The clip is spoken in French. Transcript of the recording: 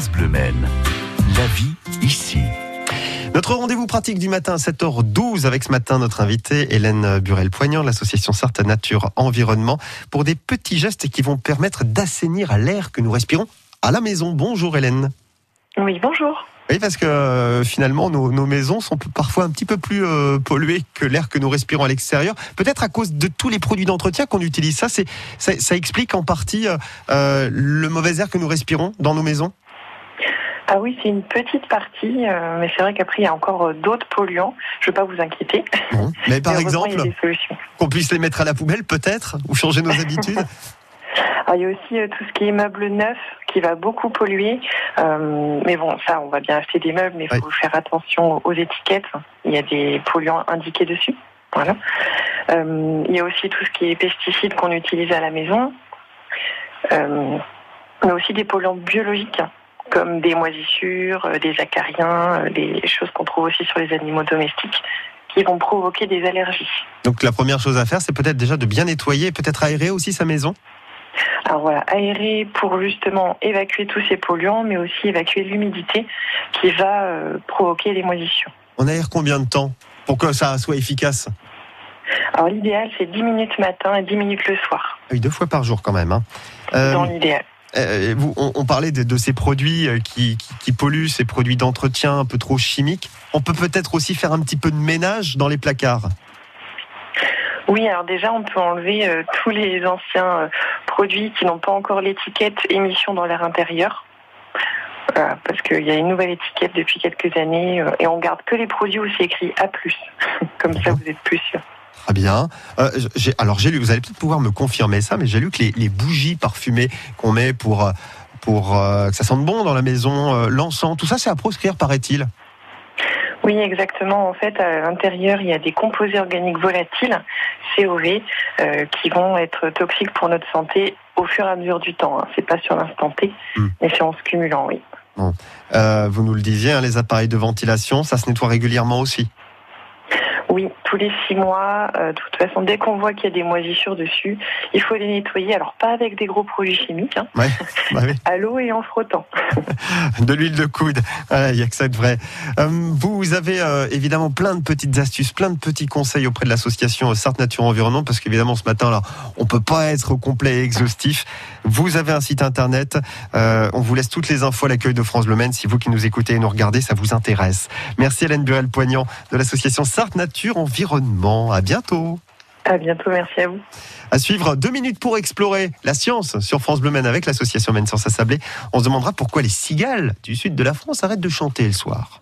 France Bleu Maine. La vie ici. Notre rendez-vous pratique du matin à 7h12 avec ce matin notre invitée Hélène Burel-Poignant de l'association Sarthe Nature Environnement pour des petits gestes qui vont permettre d'assainir l'air que nous respirons à la maison. Bonjour Hélène. Oui, bonjour. Oui, parce que finalement nos maisons sont parfois un petit peu plus polluées que l'air que nous respirons à l'extérieur. Peut-être à cause de tous les produits d'entretien qu'on utilise. Ça explique en partie le mauvais air que nous respirons dans nos maisons. Ah oui, c'est une petite partie, mais c'est vrai qu'après il y a encore d'autres polluants. Je ne veux pas vous inquiéter. Bon. Mais par exemple, il y a des solutions. Qu'on puisse les mettre à la poubelle peut-être, ou changer nos habitudes. Alors, il y a aussi tout ce qui est meubles neufs qui va beaucoup polluer. Mais bon, ça, on va bien acheter des meubles, mais il faut faire attention aux étiquettes. Il y a des polluants indiqués dessus. Voilà. Il y a aussi tout ce qui est pesticides qu'on utilise à la maison. Mais aussi des polluants biologiques, comme des moisissures, des acariens, des choses qu'on trouve aussi sur les animaux domestiques, qui vont provoquer des allergies. Donc la première chose à faire, c'est peut-être déjà de bien nettoyer, peut-être aérer aussi sa maison. Alors voilà, aérer pour justement évacuer tous ces polluants, mais aussi évacuer l'humidité qui va provoquer les moisissures. On aère combien de temps pour que ça soit efficace ? Alors l'idéal, c'est 10 minutes matin et 10 minutes le soir. Oui, 2 fois par jour quand même. Dans l'idéal. On parlait de ces produits qui polluent, ces produits d'entretien un peu trop chimiques. On peut peut-être aussi faire un petit peu de ménage dans les placards. Oui, alors déjà, on peut enlever tous les anciens produits qui n'ont pas encore l'étiquette émission dans l'air intérieur. Parce qu'il y a une nouvelle étiquette depuis quelques années et on garde que les produits où c'est écrit A+. Comme ça, vous êtes plus sûr. Très bien. J'ai lu, vous allez peut-être pouvoir me confirmer ça, mais j'ai lu que les bougies parfumées qu'on met pour que ça sente bon dans la maison, l'encens, tout ça, c'est à proscrire, paraît-il. Oui, exactement. En fait, à l'intérieur, il y a des composés organiques volatiles, COV, qui vont être toxiques pour notre santé au fur et à mesure du temps. C'est pas sur l'instant T, mais c'est en se cumulant, oui. Bon. Vous nous le disiez, les appareils de ventilation, ça se nettoie régulièrement aussi. Oui, tous les 6 mois. De toute façon, dès qu'on voit qu'il y a des moisissures dessus, il faut les nettoyer. Alors, pas avec des gros produits chimiques, oui. À l'eau et en frottant. De l'huile de coude, il n'y a que ça de vrai. Vous avez évidemment plein de petites astuces, plein de petits conseils auprès de l'association Sarthe Nature Environnement, parce qu'évidemment, ce matin-là, on ne peut pas être au complet et exhaustif. Vous avez un site internet. On vous laisse toutes les infos à l'accueil de France Bleu Maine. Si vous qui nous écoutez et nous regardez, ça vous intéresse. Merci Hélène Burel-Poignant de l'association Sarthe Nature Environnement. À bientôt. À bientôt, merci à vous. À suivre, 2 minutes pour explorer la science sur France Bleu Maine avec l'association Maine Science à Sablé. On se demandera pourquoi les cigales du sud de la France arrêtent de chanter le soir.